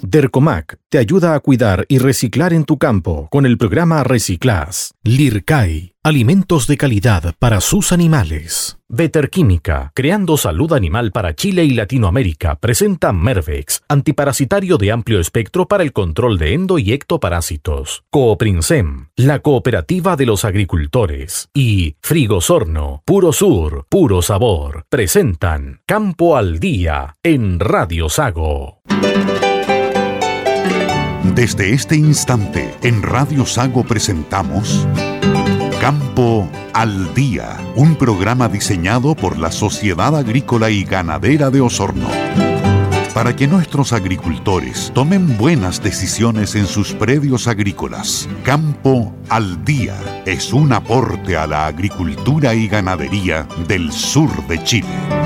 Dercomac te ayuda a cuidar y reciclar en tu campo con el programa Reciclás. Lircay, alimentos de calidad para sus animales. Veterquímica, creando salud animal para Chile y Latinoamérica, presenta Mervex, antiparasitario de amplio espectro para el control de endo y ectoparásitos. Cooprinsem, la cooperativa de los agricultores. Y Frigosorno, puro sur, puro sabor, presentan Campo al Día en Radio Sago. Desde este instante, en Radio Sago presentamos Campo al Día, un programa diseñado por la Sociedad Agrícola y Ganadera de Osorno, para que nuestros agricultores tomen buenas decisiones en sus predios agrícolas. Campo al Día es un aporte a la agricultura y ganadería del sur de Chile.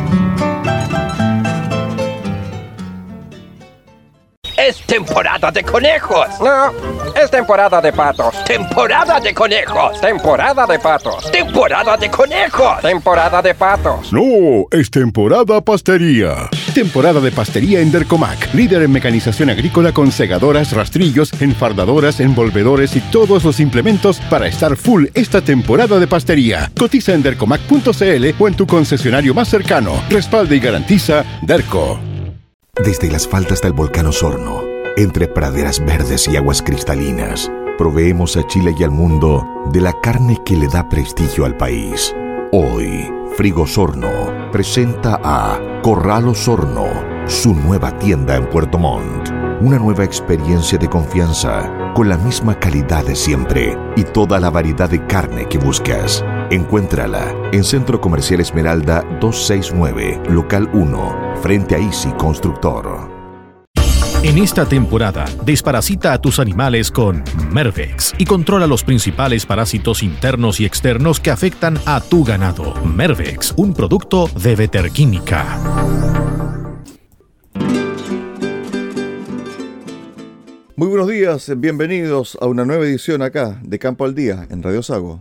Es temporada de conejos. No, es temporada de patos. Temporada de conejos. Temporada de patos. Temporada de conejos. Temporada de patos. No, es temporada pastería. Temporada de pastería en Dercomac, líder en mecanización agrícola con segadoras, rastrillos, enfardadoras, envolvedores y todos los implementos para estar full esta temporada de pastería. Cotiza en dercomac.cl o en tu concesionario más cercano. Respalda y garantiza Derco. Desde las faldas del volcán Osorno, entre praderas verdes y aguas cristalinas, proveemos a Chile y al mundo de la carne que le da prestigio al país. Hoy, Frigosorno presenta a Corral Osorno, su nueva tienda en Puerto Montt. Una nueva experiencia de confianza, con la misma calidad de siempre y toda la variedad de carne que buscas. Encuéntrala en Centro Comercial Esmeralda 269, Local 1, frente a Easy Constructor. En esta temporada, desparasita a tus animales con Mervex y controla los principales parásitos internos y externos que afectan a tu ganado. Mervex, un producto de Veterquímica. Muy buenos días, bienvenidos a una nueva edición acá de Campo al Día en Radio Sago.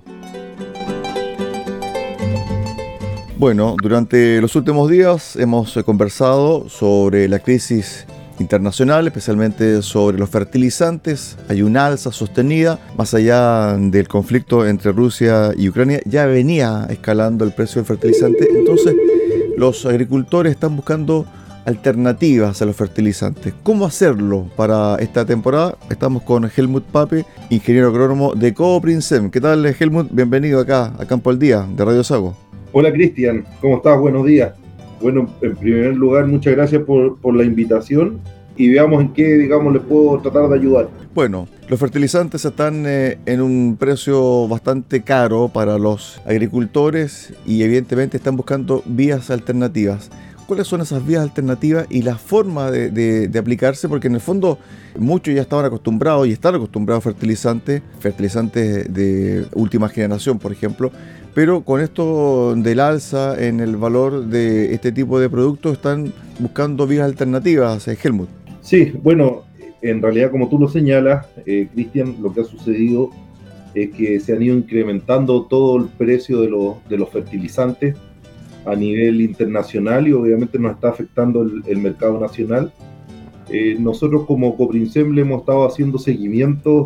Bueno, durante los últimos días hemos conversado sobre la crisis internacional, especialmente sobre los fertilizantes. Hay una alza sostenida, más allá del conflicto entre Rusia y Ucrania, ya venía escalando el precio del fertilizante, entonces los agricultores están buscando alternativas a los fertilizantes. ¿Cómo hacerlo para esta temporada? Estamos con Helmut Pape, ingeniero agrónomo de Cooprinsem. ¿Qué tal, Helmut? Bienvenido acá a Campo al Día de Radio Sago. Hola, Cristian, ¿cómo estás? Buenos días. Bueno, en primer lugar, muchas gracias por la invitación y veamos en qué, les puedo tratar de ayudar. Bueno, los fertilizantes están en un precio bastante caro para los agricultores y evidentemente están buscando vías alternativas. ¿Cuáles son esas vías alternativas y la forma de aplicarse? Porque en el fondo muchos ya estaban acostumbrados y están acostumbrados a fertilizantes de última generación, por ejemplo, pero con esto del alza en el valor de este tipo de productos están buscando vías alternativas, Helmut. Sí, bueno, en realidad como tú lo señalas, Cristian, lo que ha sucedido es que se han ido incrementando todo el precio de los fertilizantes a nivel internacional y obviamente nos está afectando el mercado nacional. Nosotros como Cooprinsem le hemos estado haciendo seguimiento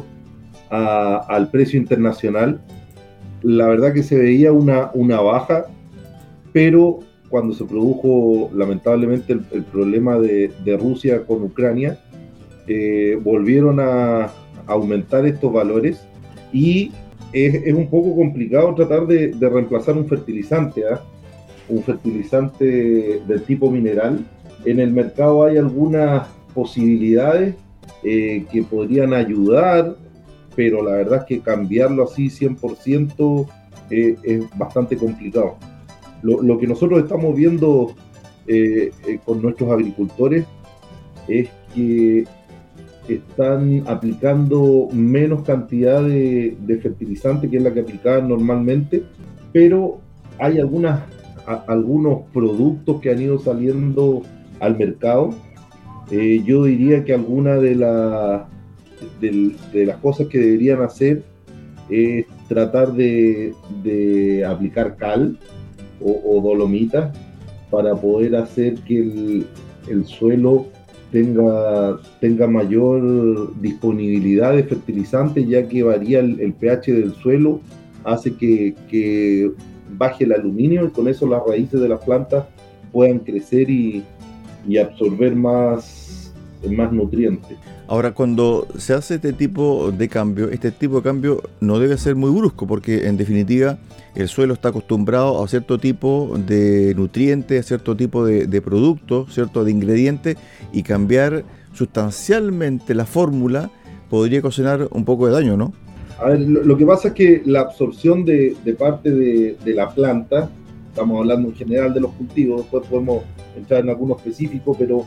al precio internacional. La verdad que se veía una baja, pero cuando se produjo lamentablemente el problema de Rusia con Ucrania, volvieron a aumentar estos valores y es un poco complicado tratar de reemplazar un fertilizante, un fertilizante del tipo mineral. En el mercado hay algunas posibilidades que podrían ayudar, pero la verdad es que cambiarlo así 100% es bastante complicado. Lo que nosotros estamos viendo con nuestros agricultores es que están aplicando menos cantidad de fertilizante que es la que aplicaban normalmente, pero hay algunos productos que han ido saliendo al mercado. Yo diría que alguna de las cosas que deberían hacer es tratar de aplicar cal o dolomita para poder hacer que el suelo tenga mayor disponibilidad de fertilizantes, ya que varía el pH del suelo, hace que baje el aluminio y con eso las raíces de las plantas puedan crecer y absorber más nutrientes. Ahora, cuando se hace este tipo de cambio no debe ser muy brusco, porque en definitiva el suelo está acostumbrado a cierto tipo de nutrientes, a cierto tipo de productos, cierto de ingredientes, y cambiar sustancialmente la fórmula podría ocasionar un poco de daño, ¿no? A ver, lo que pasa es que la absorción de parte de la planta, estamos hablando en general de los cultivos, después podemos entrar en alguno específico, pero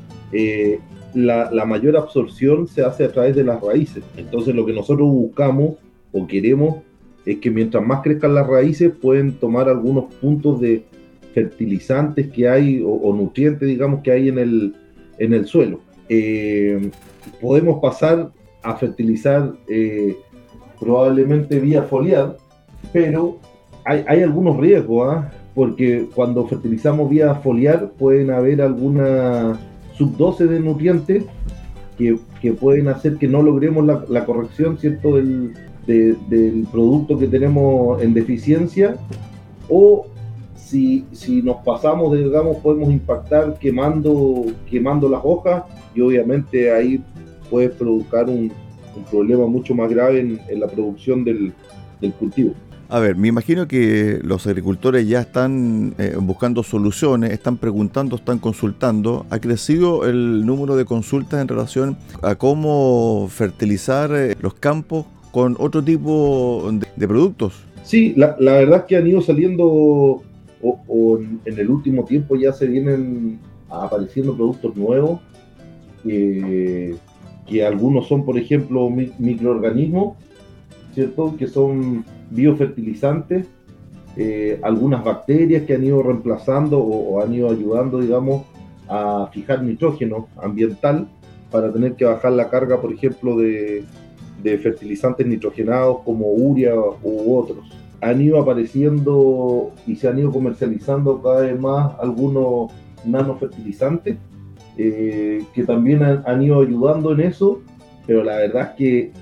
la mayor absorción se hace a través de las raíces. Entonces lo que nosotros buscamos o queremos es que mientras más crezcan las raíces pueden tomar algunos puntos de fertilizantes que hay o nutrientes, digamos, que hay en el suelo. Podemos pasar a fertilizar probablemente vía foliar, pero hay algunos riesgos, porque cuando fertilizamos vía foliar pueden haber alguna subdosis de nutrientes que pueden hacer que no logremos la corrección, ¿cierto?, del producto que tenemos en deficiencia, o si nos pasamos, digamos, podemos impactar quemando las hojas, y obviamente ahí puede provocar un problema mucho más grave en la producción del cultivo. A ver, me imagino que los agricultores ya están buscando soluciones, están preguntando, están consultando. ¿Ha crecido el número de consultas en relación a cómo fertilizar los campos con otro tipo de productos? Sí, la verdad es que han ido saliendo, o en el último tiempo ya se vienen apareciendo productos nuevos, que algunos son, por ejemplo, microorganismos, ¿cierto?, que son biofertilizantes, algunas bacterias que han ido reemplazando o han ido ayudando, digamos, a fijar nitrógeno ambiental para tener que bajar la carga, por ejemplo, de fertilizantes nitrogenados como urea u otros. Han ido apareciendo y se han ido comercializando cada vez más algunos nanofertilizantes que también han ido ayudando en eso, pero la verdad es que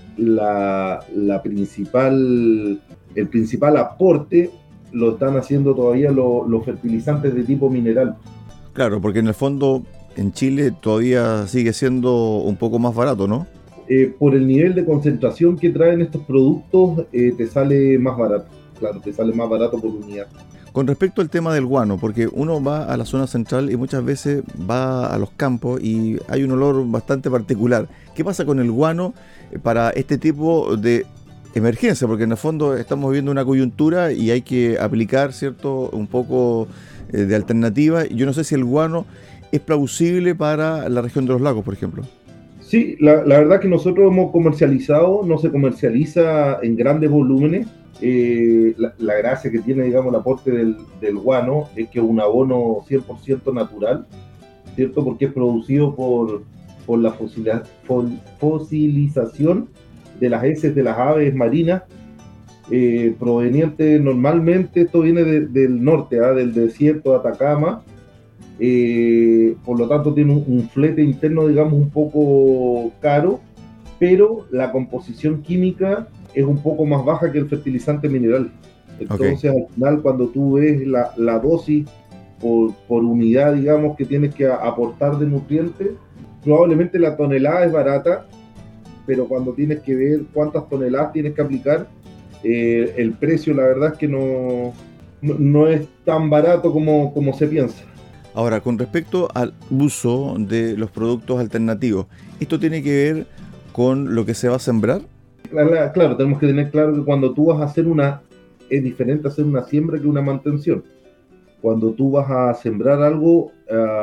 el principal aporte lo están haciendo todavía los fertilizantes de tipo mineral. Claro, porque en el fondo en Chile todavía sigue siendo un poco más barato, ¿no? Por el nivel de concentración que traen estos productos, te sale más barato. Claro, te sale más barato por unidad. Con respecto al tema del guano, porque uno va a la zona central y muchas veces va a los campos y hay un olor bastante particular. ¿Qué pasa con el guano para este tipo de emergencia? Porque en el fondo estamos viviendo una coyuntura y hay que aplicar, ¿cierto?, un poco de alternativa. Yo no sé si el guano es plausible para la región de los lagos, por ejemplo. Sí, la verdad que nosotros hemos comercializado, no se comercializa en grandes volúmenes. La gracia que tiene, digamos, el aporte del guano es que es un abono 100% natural, ¿cierto? Porque es producido por la fosilización de las heces de las aves marinas, proveniente normalmente, esto viene del norte, del desierto de Atacama, por lo tanto tiene un flete interno, digamos, un poco caro, pero la composición química es un poco más baja que el fertilizante mineral. Entonces, Al final, cuando tú ves la dosis por unidad, digamos, que tienes que aportar de nutrientes, probablemente la tonelada es barata, pero cuando tienes que ver cuántas toneladas tienes que aplicar, el precio, la verdad es que no es tan barato como se piensa. Ahora, con respecto al uso de los productos alternativos, ¿esto tiene que ver con lo que se va a sembrar? Claro, tenemos que tener claro que cuando tú vas a hacer es diferente hacer una siembra que una mantención. Cuando tú vas a sembrar algo,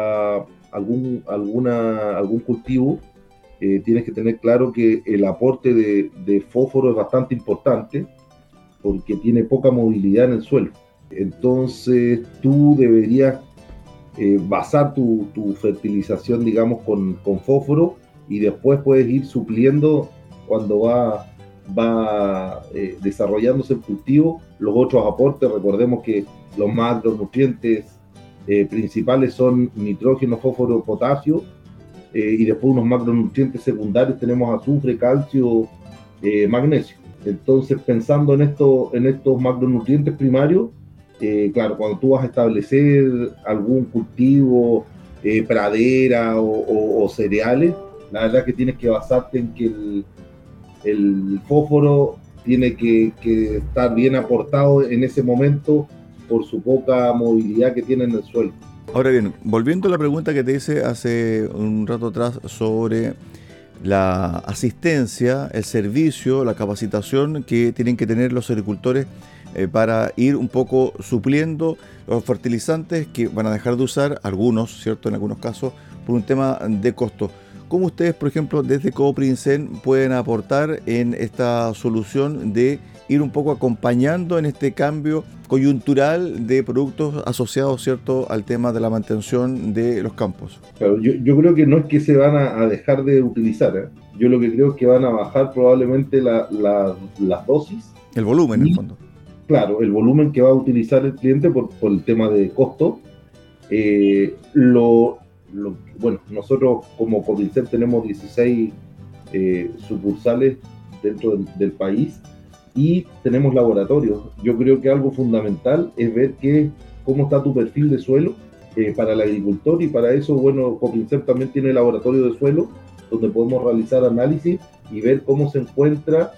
algún cultivo, tienes que tener claro que el aporte de fósforo es bastante importante porque tiene poca movilidad en el suelo. Entonces tú deberías basar tu fertilización, digamos, con fósforo, y después puedes ir supliendo cuando va desarrollándose el cultivo los otros aportes. Recordemos que los macronutrientes principales son nitrógeno, fósforo, potasio, y después unos macronutrientes secundarios, tenemos azufre, calcio, magnesio. Entonces, pensando en estos macronutrientes primarios, claro, cuando tú vas a establecer algún cultivo, pradera o cereales, la verdad que tienes que basarte en que el fósforo tiene que estar bien aportado en ese momento por su poca movilidad que tiene en el suelo. Ahora bien, volviendo a la pregunta que te hice hace un rato atrás sobre la asistencia, el servicio, la capacitación que tienen que tener los agricultores para ir un poco supliendo los fertilizantes que van a dejar de usar, algunos, ¿cierto? En algunos casos, por un tema de costo. ¿Cómo ustedes, por ejemplo, desde Coprinsem pueden aportar en esta solución de ir un poco acompañando en este cambio coyuntural de productos asociados, ¿cierto?, al tema de la mantención de los campos? Claro, yo creo que no es que se van a dejar de utilizar, ¿eh? Yo lo que creo es que van a bajar probablemente las dosis. El volumen, en el fondo. Claro, el volumen que va a utilizar el cliente por el tema de costo. Bueno, nosotros como Coprinsem tenemos 16 sucursales dentro del país y tenemos laboratorios. Yo creo que algo fundamental es ver cómo está tu perfil de suelo para el agricultor, y para eso, bueno, Coprinsem también tiene laboratorio de suelo donde podemos realizar análisis y ver cómo se encuentra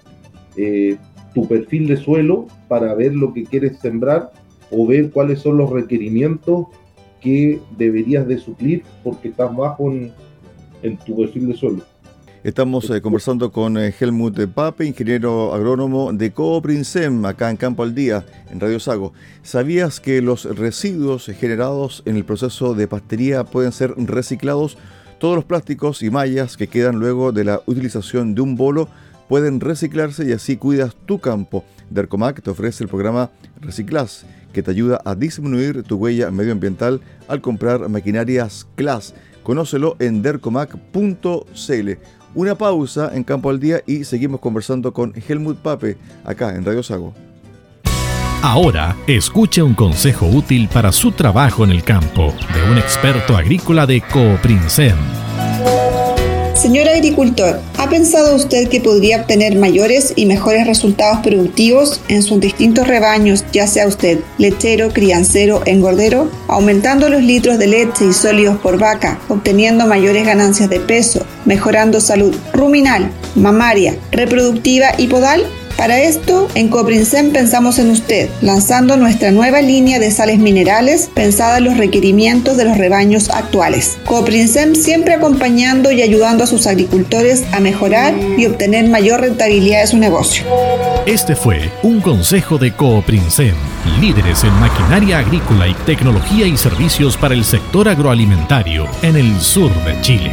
tu perfil de suelo para ver lo que quieres sembrar o ver cuáles son los requerimientos que deberías de suplir porque estás bajo en tu perfil de suelo. Estamos conversando con Helmut Pape, ingeniero agrónomo de Coprinsem, acá en Campo al Día, en Radio Sago. ¿Sabías que los residuos generados en el proceso de pastería pueden ser reciclados? Todos los plásticos y mallas que quedan luego de la utilización de un bolo pueden reciclarse y así cuidas tu campo. Dercomac te ofrece el programa Reciclás, que te ayuda a disminuir tu huella medioambiental al comprar maquinarias CLAS. Conócelo en dercomac.cl. Una pausa en Campo al Día y seguimos conversando con Helmut Pape, acá en Radio Sago. Ahora, escuche un consejo útil para su trabajo en el campo, de un experto agrícola de Coprinsem. Señor agricultor, ¿ha pensado usted que podría obtener mayores y mejores resultados productivos en sus distintos rebaños, ya sea usted lechero, criancero, engordero, aumentando los litros de leche y sólidos por vaca, obteniendo mayores ganancias de peso, mejorando salud ruminal, mamaria, reproductiva y podal? Para esto, en Coprinsem pensamos en usted, lanzando nuestra nueva línea de sales minerales pensada en los requerimientos de los rebaños actuales. Coprinsem siempre acompañando y ayudando a sus agricultores a mejorar y obtener mayor rentabilidad de su negocio. Este fue un consejo de Coprinsem, líderes en maquinaria agrícola y tecnología y servicios para el sector agroalimentario en el sur de Chile.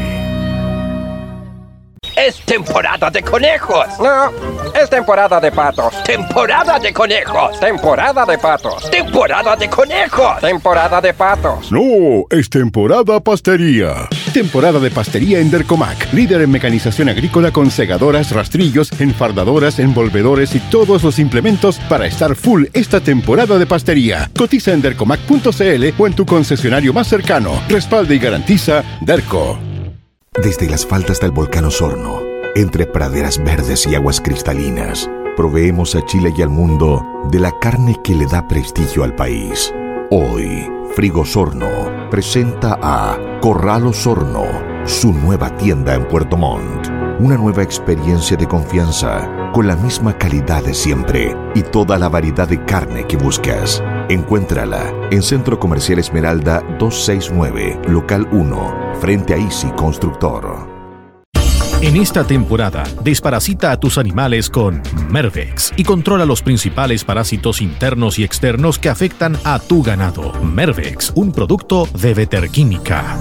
Es temporada de conejos. No, es temporada de patos. Temporada de conejos. Temporada de patos. Temporada de conejos. Temporada de patos. No, es temporada pastería. Temporada de pastería en Dercomac, líder en mecanización agrícola con segadoras, rastrillos, enfardadoras, envolvedores y todos los implementos para estar full esta temporada de pastería. Cotiza en dercomac.cl o en tu concesionario más cercano. Respalda y garantiza Derco. Desde las faldas del volcán Osorno, entre praderas verdes y aguas cristalinas, proveemos a Chile y al mundo de la carne que le da prestigio al país. Hoy, Frigosorno presenta a Corral Osorno, su nueva tienda en Puerto Montt. Una nueva experiencia de confianza, con la misma calidad de siempre y toda la variedad de carne que buscas. Encuéntrala en Centro Comercial Esmeralda 269, Local 1, frente a Easy Constructor. En esta temporada, desparasita a tus animales con Mervex y controla los principales parásitos internos y externos que afectan a tu ganado. Mervex, un producto de Veterquímica.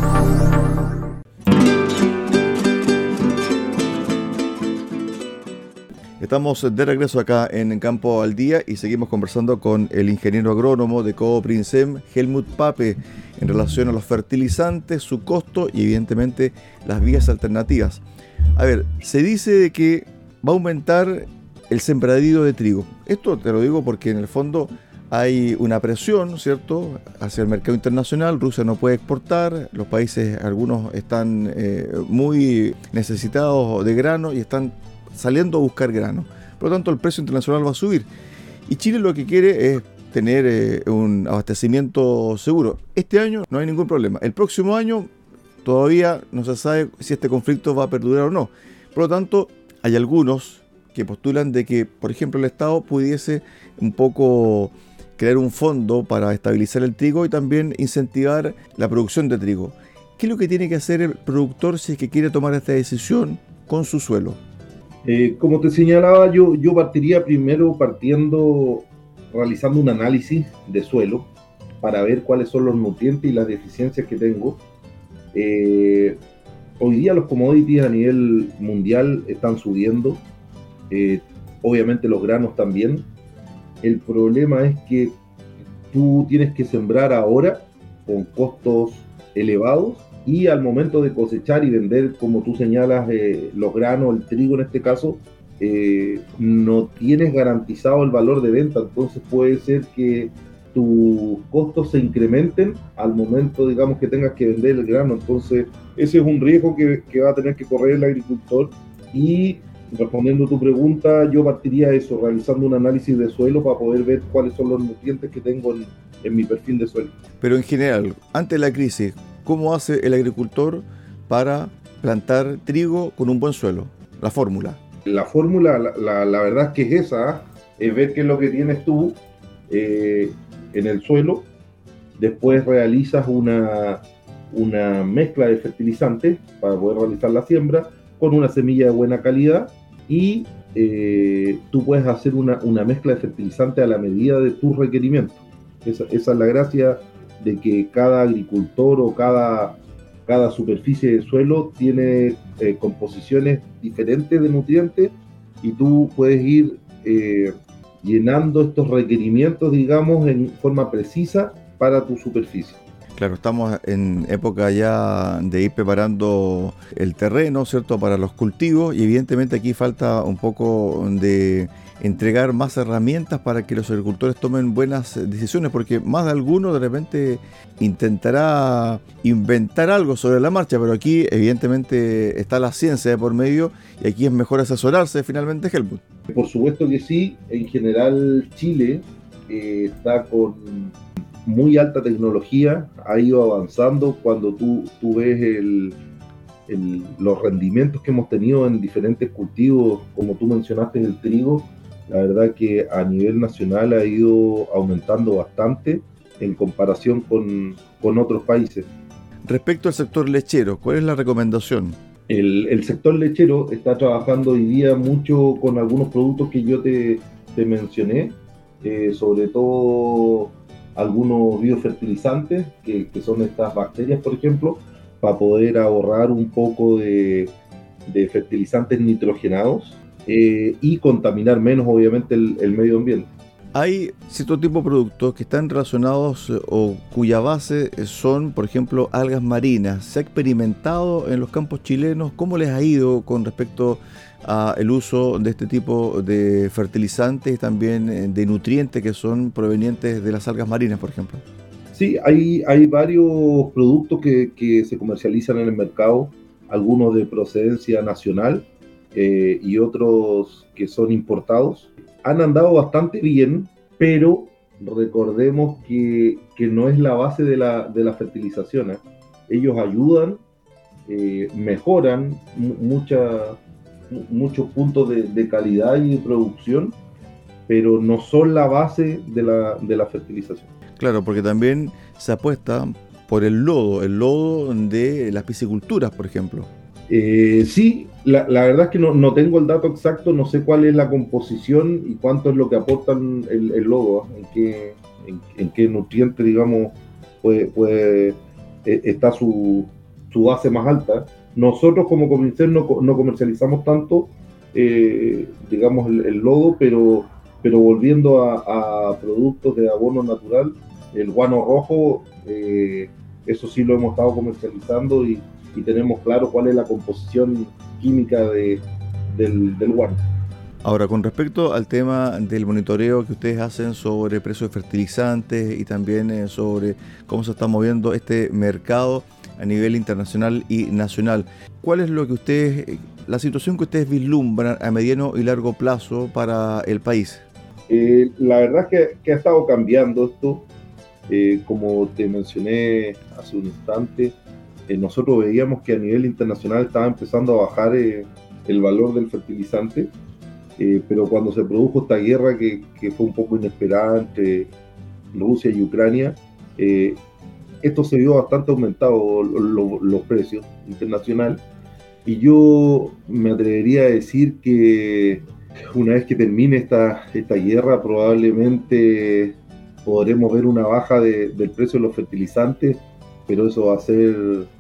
Estamos de regreso acá en Campo al Día y seguimos conversando con el ingeniero agrónomo de Coprinsem, Helmut Pape, en relación a los fertilizantes, su costo y evidentemente las vías alternativas. A ver, se dice que va a aumentar el sembradío de trigo. Esto te lo digo porque en el fondo hay una presión, ¿cierto?, hacia el mercado internacional. Rusia no puede exportar, los países, algunos están muy necesitados de grano y están saliendo a buscar grano. Por lo tanto, el precio internacional va a subir. Y Chile lo que quiere es tener un abastecimiento seguro. Este año no hay ningún problema. El próximo año todavía no se sabe si este conflicto va a perdurar o no. Por lo tanto, hay algunos que postulan de que, por ejemplo, el Estado pudiese un poco crear un fondo para estabilizar el trigo y también incentivar la producción de trigo. ¿Qué es lo que tiene que hacer el productor si es que quiere tomar esta decisión con su suelo? Como te señalaba, yo partiría primero realizando un análisis de suelo para ver cuáles son los nutrientes y las deficiencias que tengo. Hoy día los commodities a nivel mundial están subiendo, obviamente los granos también. El problema es que tú tienes que sembrar ahora con costos elevados y al momento de cosechar y vender, como tú señalas, los granos, el trigo en este caso, no tienes garantizado el valor de venta. Entonces puede ser que tus costos se incrementen al momento, digamos, que tengas que vender el grano. Entonces ese es un riesgo que va a tener que correr el agricultor. Y respondiendo a tu pregunta, yo partiría eso, realizando un análisis de suelo para poder ver cuáles son los nutrientes que tengo en mi perfil de suelo. Pero en general, ante la crisis, ¿cómo hace el agricultor para plantar trigo con un buen suelo? La fórmula. La fórmula, la verdad es que es esa, es ver qué es lo que tienes tú en el suelo. Después realizas una mezcla de fertilizantes para poder realizar la siembra con una semilla de buena calidad y tú puedes hacer una mezcla de fertilizantes a la medida de tus requerimientos. Esa es la gracia de que cada agricultor o cada superficie de suelo tiene composiciones diferentes de nutrientes y tú puedes ir llenando estos requerimientos, digamos, en forma precisa para tu superficie. Claro, estamos en época ya de ir preparando el terreno, ¿cierto?, para los cultivos, y evidentemente aquí falta un poco de entregar más herramientas para que los agricultores tomen buenas decisiones, porque más de alguno de repente intentará inventar algo sobre la marcha, pero aquí evidentemente está la ciencia de por medio y aquí es mejor asesorarse finalmente, Helmut. Por supuesto que sí. En general Chile está con muy alta tecnología, ha ido avanzando. Cuando tú ves los rendimientos que hemos tenido en diferentes cultivos, como tú mencionaste en el trigo, la verdad que a nivel nacional ha ido aumentando bastante en comparación con otros países. Respecto al sector lechero, ¿cuál es la recomendación? El sector lechero está trabajando hoy día mucho con algunos productos que yo te mencioné, sobre todo algunos biofertilizantes, que son estas bacterias, por ejemplo, para poder ahorrar un poco de fertilizantes nitrogenados y contaminar menos, obviamente, el medio ambiente. Hay cierto tipo de productos que están relacionados o cuya base son, por ejemplo, algas marinas. ¿Se ha experimentado en los campos chilenos? ¿Cómo les ha ido con respecto al uso de este tipo de fertilizantes y también de nutrientes que son provenientes de las algas marinas, por ejemplo? Sí, hay varios productos que se comercializan en el mercado, algunos de procedencia nacional y otros que son importados. Han andado bastante bien, pero recordemos que no es la base de la fertilización, ¿eh? Ellos ayudan, mejoran muchos puntos de calidad y de producción, pero no son la base de la fertilización. Claro, porque también se apuesta por el lodo de las pisciculturas, por ejemplo. Sí, la verdad es que no tengo el dato exacto, no sé cuál es la composición y cuánto es lo que aportan el lodo, en qué nutriente, digamos, está su base más alta. Nosotros como Comincel no comercializamos tanto, digamos, el lodo, pero volviendo a productos de abono natural, el guano rojo, eso sí lo hemos estado comercializando y tenemos claro cuál es la composición química del guano. Ahora, con respecto al tema del monitoreo que ustedes hacen sobre precios de fertilizantes y también sobre cómo se está moviendo este mercado a nivel internacional y nacional, ¿cuál es la situación que ustedes vislumbran a mediano y largo plazo para el país? La verdad es que ha estado cambiando esto. Como te mencioné hace un instante, nosotros veíamos que a nivel internacional estaba empezando a bajar el valor del fertilizante, pero cuando se produjo esta guerra que fue un poco inesperada entre Rusia y Ucrania, esto se vio bastante aumentado los precios internacionales, y yo me atrevería a decir que una vez que termine esta guerra probablemente podremos ver una baja del precio de los fertilizantes, pero eso va a ser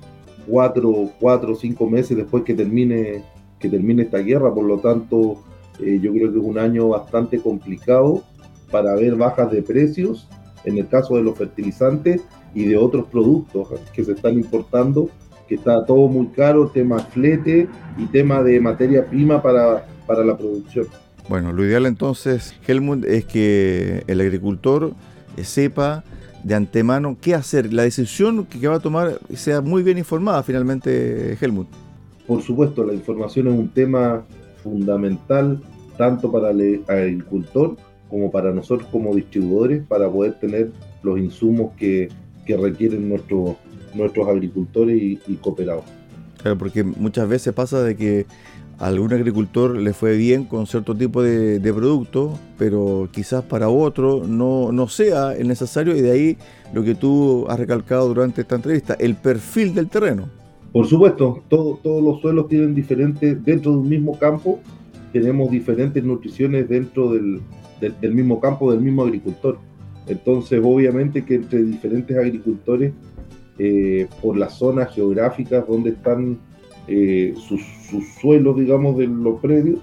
4 o 5 meses después que termine esta guerra. Por lo tanto, yo creo que es un año bastante complicado para ver bajas de precios en el caso de los fertilizantes y de otros productos que se están importando, que está todo muy caro, tema flete y tema de materia prima para la producción. Bueno, lo ideal entonces, Helmut, es que el agricultor sepa de antemano qué hacer, la decisión que va a tomar sea muy bien informada finalmente, Helmut. Por supuesto, la información es un tema fundamental tanto para el agricultor como para nosotros como distribuidores, para poder tener los insumos que requieren nuestros agricultores y cooperados. Claro, porque muchas veces pasa de que a algún agricultor le fue bien con cierto tipo de producto, pero quizás para otro no sea el necesario, y de ahí lo que tú has recalcado durante esta entrevista, el perfil del terreno. Por supuesto, todos los suelos tienen diferentes, dentro de un mismo campo, tenemos diferentes nutriciones dentro del mismo campo, del mismo agricultor. Entonces, obviamente que entre diferentes agricultores, por las zonas geográficas donde están sus suelos, digamos, de los predios,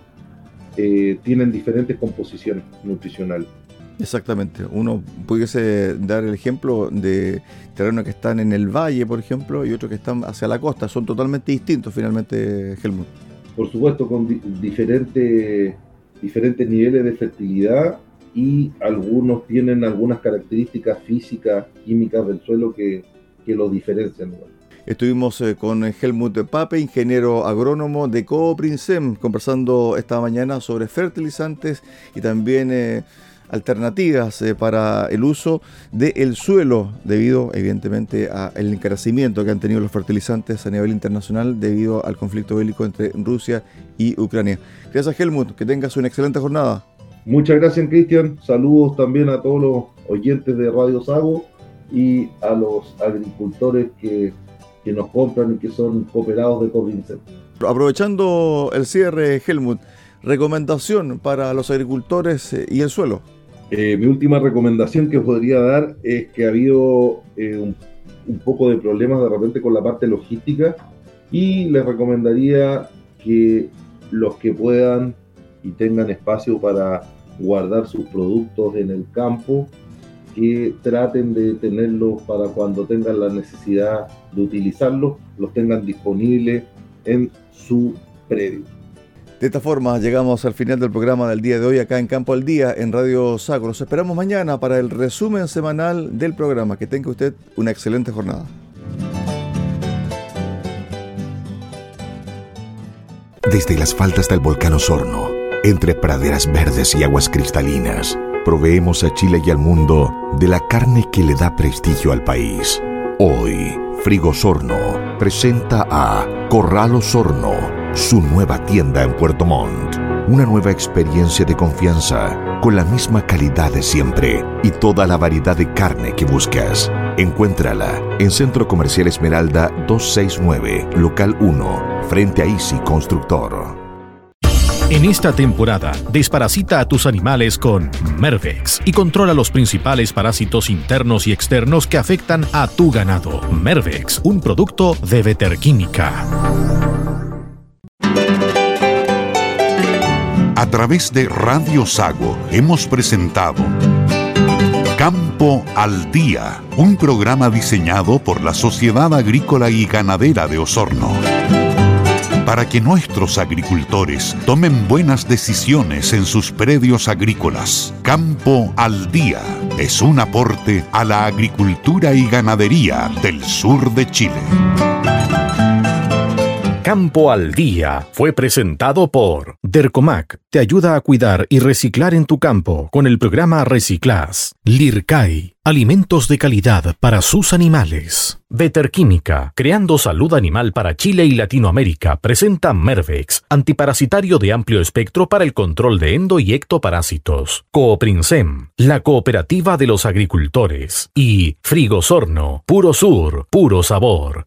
tienen diferentes composiciones nutricionales. Exactamente. Uno pudiese dar el ejemplo de terrenos que están en el valle, por ejemplo, y otros que están hacia la costa. Son totalmente distintos, finalmente, Helmut. Por supuesto, con diferentes niveles de fertilidad, y algunos tienen algunas características físicas, químicas del suelo que los diferencian, ¿no? Estuvimos con Helmut Pape, ingeniero agrónomo de Cooprinsem, conversando esta mañana sobre fertilizantes y también alternativas para el uso del suelo, debido evidentemente al encarecimiento que han tenido los fertilizantes a nivel internacional debido al conflicto bélico entre Rusia y Ucrania. Gracias, Helmut, que tengas una excelente jornada. Muchas gracias, Cristian. Saludos también a todos los oyentes de Radio Sago y a los agricultores que nos compran y que son cooperados de Cooprinsem. Aprovechando el cierre, Helmut, recomendación para los agricultores y el suelo. Mi última recomendación que podría dar es que ha habido un poco de problemas de repente con la parte logística, y les recomendaría que los que puedan y tengan espacio para guardar sus productos en el campo, que traten de tenerlos para cuando tengan la necesidad de utilizarlos, los tengan disponibles en su predio. De esta forma llegamos al final del programa del día de hoy acá en Campo al Día en Radio Sago. Los esperamos mañana para el resumen semanal del programa. Que tenga usted una excelente jornada. Desde las faldas del volcán Osorno, entre praderas verdes y aguas cristalinas, proveemos a Chile y al mundo de la carne que le da prestigio al país. Hoy, Frigosorno presenta a Corral Osorno, su nueva tienda en Puerto Montt. Una nueva experiencia de confianza, con la misma calidad de siempre y toda la variedad de carne que buscas. Encuéntrala en Centro Comercial Esmeralda 269, Local 1, frente a Easy Constructor. En esta temporada, desparasita a tus animales con Mervex y controla los principales parásitos internos y externos que afectan a tu ganado. Mervex, un producto de Veterquímica. A través de Radio Sago hemos presentado Campo al Día, un programa diseñado por la Sociedad Agrícola y Ganadera de Osorno. para que nuestros agricultores tomen buenas decisiones en sus predios agrícolas. Campo al Día es un aporte a la agricultura y ganadería del sur de Chile. Campo al Día fue presentado por Dercomac. Te ayuda a cuidar y reciclar en tu campo con el programa Reciclás. Lircay. Alimentos de calidad para sus animales. Veterquímica, creando salud animal para Chile y Latinoamérica, presenta Mervex, antiparasitario de amplio espectro para el control de endo y ectoparásitos. Cooprinsem, la cooperativa de los agricultores. Y Frigosorno, puro sur, puro sabor.